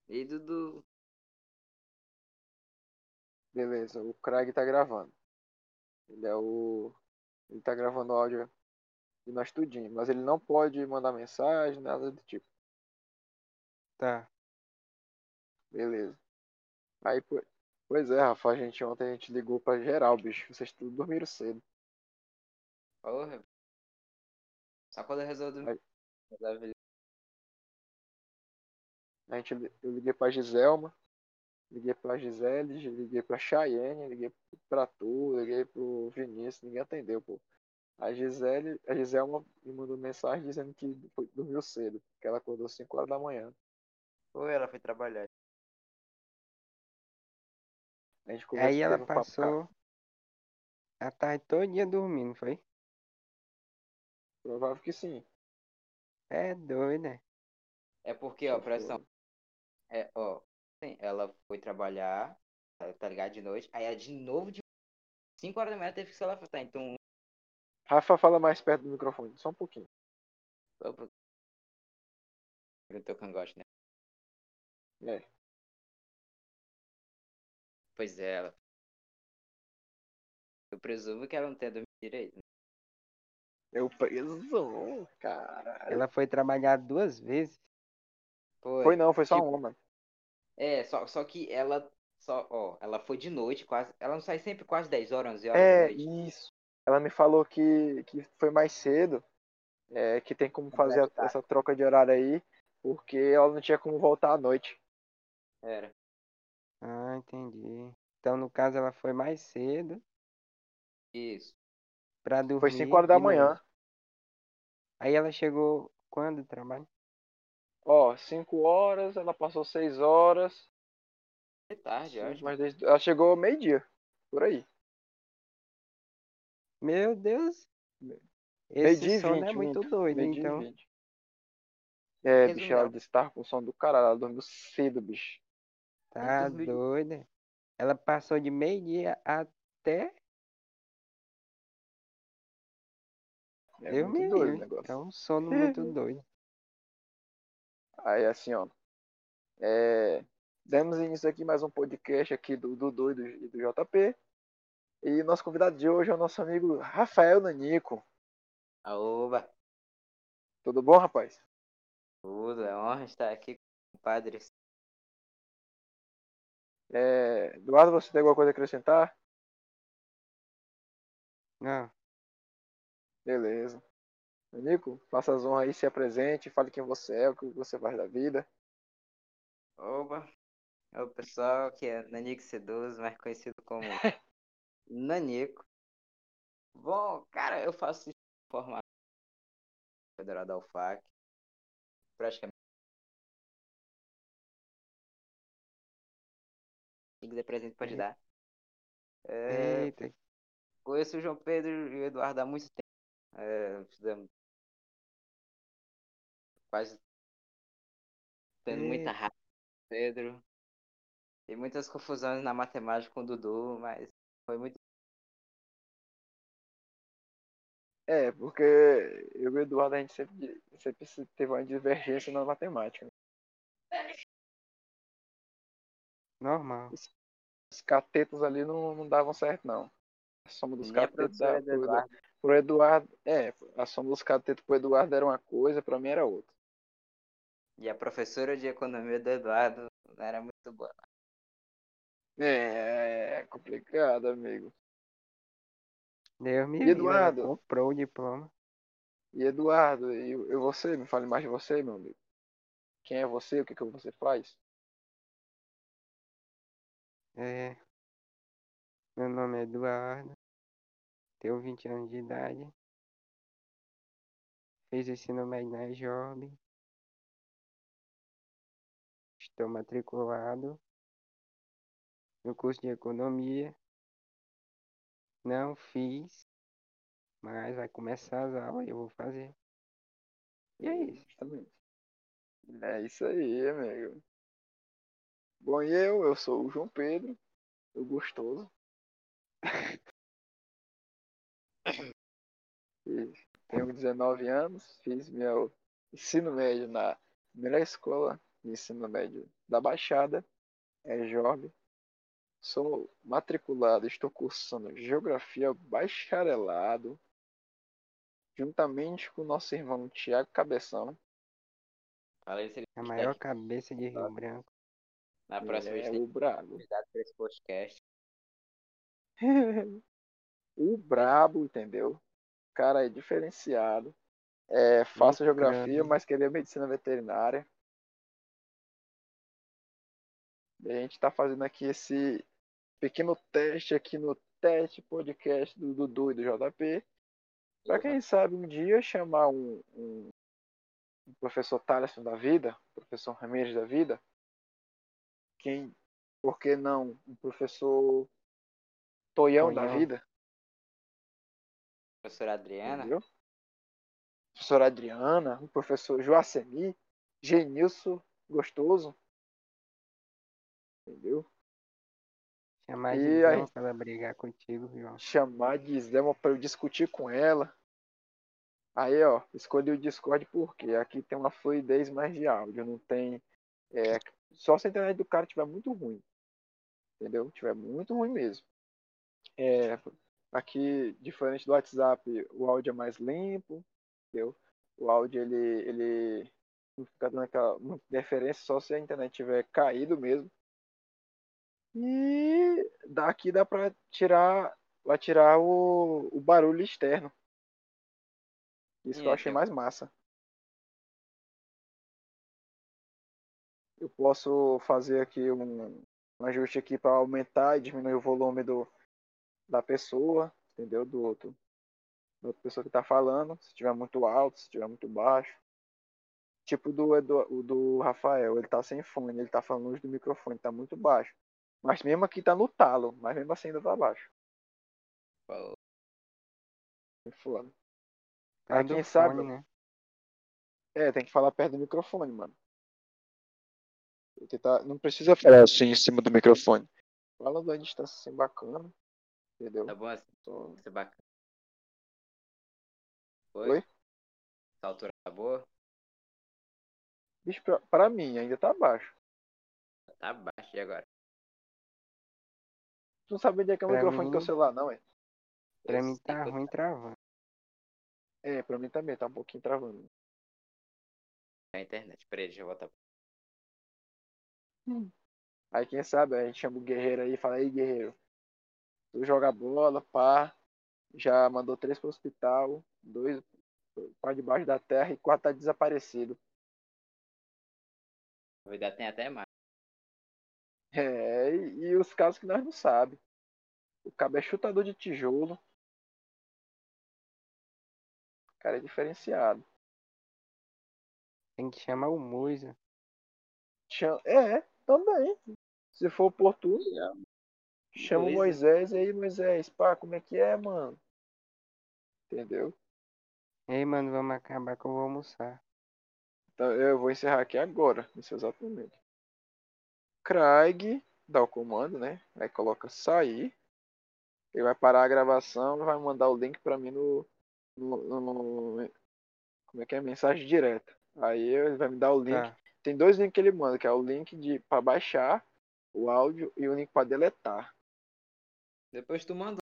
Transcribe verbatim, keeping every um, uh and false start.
E Dudu, Beleza, o Craig tá gravando. Ele é o. Ele tá gravando o áudio de nós tudinho, mas ele não pode mandar mensagem, nada do tipo. Tá. Beleza. Aí, pô- pois é, Rafa, a gente ontem a gente ligou pra geral, bicho. Vocês tudo dormiram cedo. porra, só quando eu resolvo dormir. Aí, resolve- a gente, eu liguei pra Giselma, liguei pra Gisele, liguei pra Chayenne, liguei pra tu, liguei pro Vinícius, ninguém atendeu, pô. A Gisele, a Giselma me mandou mensagem dizendo que foi- dormiu cedo, que ela acordou cinco horas da manhã. Pô, ela foi trabalhar. A gente Aí conversa, ela teve um papo, cara. passou a tarde todinha dormindo, foi? Provável que sim. É doido, né? É porque, ó, Só presta foi. atenção. É, ó, sim, ela foi trabalhar, tá tá ligado, de noite. Aí ela de novo, de cinco horas da manhã, teve que se levantar. Então, Rafa, fala mais perto do microfone, só um pouquinho. só pro pro teu cangote, né? É. Pois é, ela. Eu presumo que ela não tenha dormido direito, né? Eu preso, caralho. Ela foi trabalhar duas vezes. Foi Foi. não, foi só Tipo, uma, mano. é, só, só que ela. Só, ó, ela foi de noite, quase. Ela não sai sempre quase dez horas, onze horas da É, noite. isso. Ela me falou que, que foi mais cedo, é, que tem como fazer Completa a- o tarde. essa troca de horário aí, porque ela não tinha como voltar à noite. Era. Ah, entendi. Então, no caso, ela foi mais cedo Isso. pra Foi cinco dormir horas da de manhã. noite. Aí ela chegou quando do trabalho? Ó, cinco horas, ela passou seis horas. De tarde, eu Cinco, acho. mais dez, ela chegou ao meio-dia, por aí. Meu Deus, esse Meio-dia e sono é vinte, muito minto. doido, Meio-dia e então. vinte. É, bicho, Resumindo, ela ela disse que tava com sono do caralho, ela dormiu cedo, bicho. Tá dormiu de. doida. Ela passou de meio-dia até. É Deus muito me doido o livre. É negócio. um sono muito doido. Aí assim, ó. É, demos início aqui mais um podcast aqui do Dudu e do, e do J P. E nosso convidado de hoje é o nosso amigo Rafael Nanico. Aoba, Tudo bom, rapaz? tudo. É honra estar aqui com o padre. É, Eduardo, você tem alguma coisa a acrescentar? Não, Beleza. Nanico, faça as honras aí, se apresente, fale quem você é, o que você faz da vida. Oba, é o pessoal que é Nanico Sedoso, mais conhecido como Nanico. Bom, cara, eu faço formação federal da U F A C, praticamente. Se quiser presente, pode E- dar. É, eita, conheço o João Pedro e o Eduardo há muito tempo. É, estudamos quase tendo muita eita. raiva com o Pedro. Tem muitas confusões na matemática com o Dudu, mas foi muito. É, porque eu e o Eduardo a gente sempre, sempre se- teve uma divergência na matemática. Normal. Os, os catetos ali não, não davam certo, não. A soma dos Nem a catetos da, professora do pro, Edu, Eduardo. pro Eduardo. É, a soma dos catetos pro Eduardo era uma coisa, pra mim era outra. E a professora de economia do Eduardo não era muito boa. É, é complicado, amigo. Deus me E livre, ela Eduardo, comprou o diploma. e Eduardo, e, e você? Me fale mais de você, meu amigo. Quem é você? O que, que você faz? É, meu nome é Eduardo, tenho vinte anos de idade, fiz ensino médio na Job, estou matriculado no curso de economia. Não fiz, mas vai começar as aulas e eu vou fazer. E é É, isso. justamente. É isso aí, amigo. Bom, e eu? Eu sou o João Pedro, o gostoso. E tenho dezenove anos, fiz meu ensino médio na melhor escola de ensino médio da Baixada. É Jorge. Sou matriculado, estou cursando Geografia Bacharelado, juntamente com o nosso irmão Tiago Cabeção. Falei se ele A está maior aqui. cabeça de Rio Branco. Na próxima vez É tem o brabo. cuidado com esse podcast. O brabo, entendeu? O cara é diferenciado. É, faço geografia, Lucrando. mas queria medicina veterinária. E a gente está fazendo aqui esse pequeno teste aqui no Teste Podcast do Dudu e do J P. Para quem sabe um dia chamar um, um, um professor Thaleson da vida, um professor Ramirez da vida. Quem, por que não um professor Tonhão da Tonhão. vida? Professora Adriana. Entendeu? Professora Adriana, o professor Joacemi, Genilson Gostoso. Entendeu? Chamar de E Zelma aí, pra ela brigar contigo, João. chamar de Zelma para eu discutir com ela. Aí, ó, escolhi o Discord porque aqui tem uma fluidez mais de áudio. Não tem. É, só se a internet do cara estiver muito ruim. Entendeu? Tiver muito ruim mesmo. É, aqui, diferente do WhatsApp, o áudio é mais limpo. Entendeu? O áudio ele, ele não fica dando aquela muita interferência só se a internet tiver caído mesmo. E daqui dá pra tirar, vai tirar o, o barulho externo. Isso que eu É, achei tem mais massa. Eu posso fazer aqui um, um ajuste aqui para aumentar e diminuir o volume do, da pessoa, entendeu? Do outro, da outra pessoa que está falando. Se estiver muito alto, se estiver muito baixo. Tipo do, Edu, o do Rafael, ele tá sem fone, ele tá falando longe do microfone, tá muito baixo. Mas mesmo aqui tá no talo, mas mesmo assim ainda tá baixo. Falou. É foda. Tá Aí do quem fone, sabe, né? é, tem que falar perto do microfone, mano. Tentar, não precisa falar assim em cima do microfone. Fala da distância assim bacana, entendeu? Tá bom assim? Tô... Vai ser bacana. Foi? Oi? Essa altura tá boa? Bicho, pra, pra mim ainda tá baixo. Tá baixo. E agora? Tu não sabe onde é que é o Pra microfone do teu mim, celular, não, é? Eu pra mim sei tá que eu ruim travando. É, pra mim também, tá um pouquinho travando. na internet. Peraí, deixa eu voltar. Hum. Aí quem sabe, a gente chama o guerreiro aí e fala, aí guerreiro, tu joga bola, pá, já mandou três pro hospital, dois pra debaixo da terra e quatro tá desaparecido. Na verdade tem até mais. É, e, e os casos que nós não sabemos. O cabo é chutador de tijolo. Cara, é diferenciado. Tem que chamar o Moisa. Chama- É, também. Se for oportuno, chama o Coisa. Moisés e aí, Moisés, pá, como é que é, mano? Entendeu? Ei, mano, vamos acabar que eu vou almoçar. Então eu vou encerrar aqui agora, nesse exato momento. Craig dá o comando, né? Aí coloca sair. Ele vai parar a gravação e vai mandar o link pra mim no, no, no- como é que é? Mensagem direta. Aí ele vai me dar o link. Tá. Tem dois links que ele manda, que é o link de para baixar o áudio e o link para deletar. Depois tu manda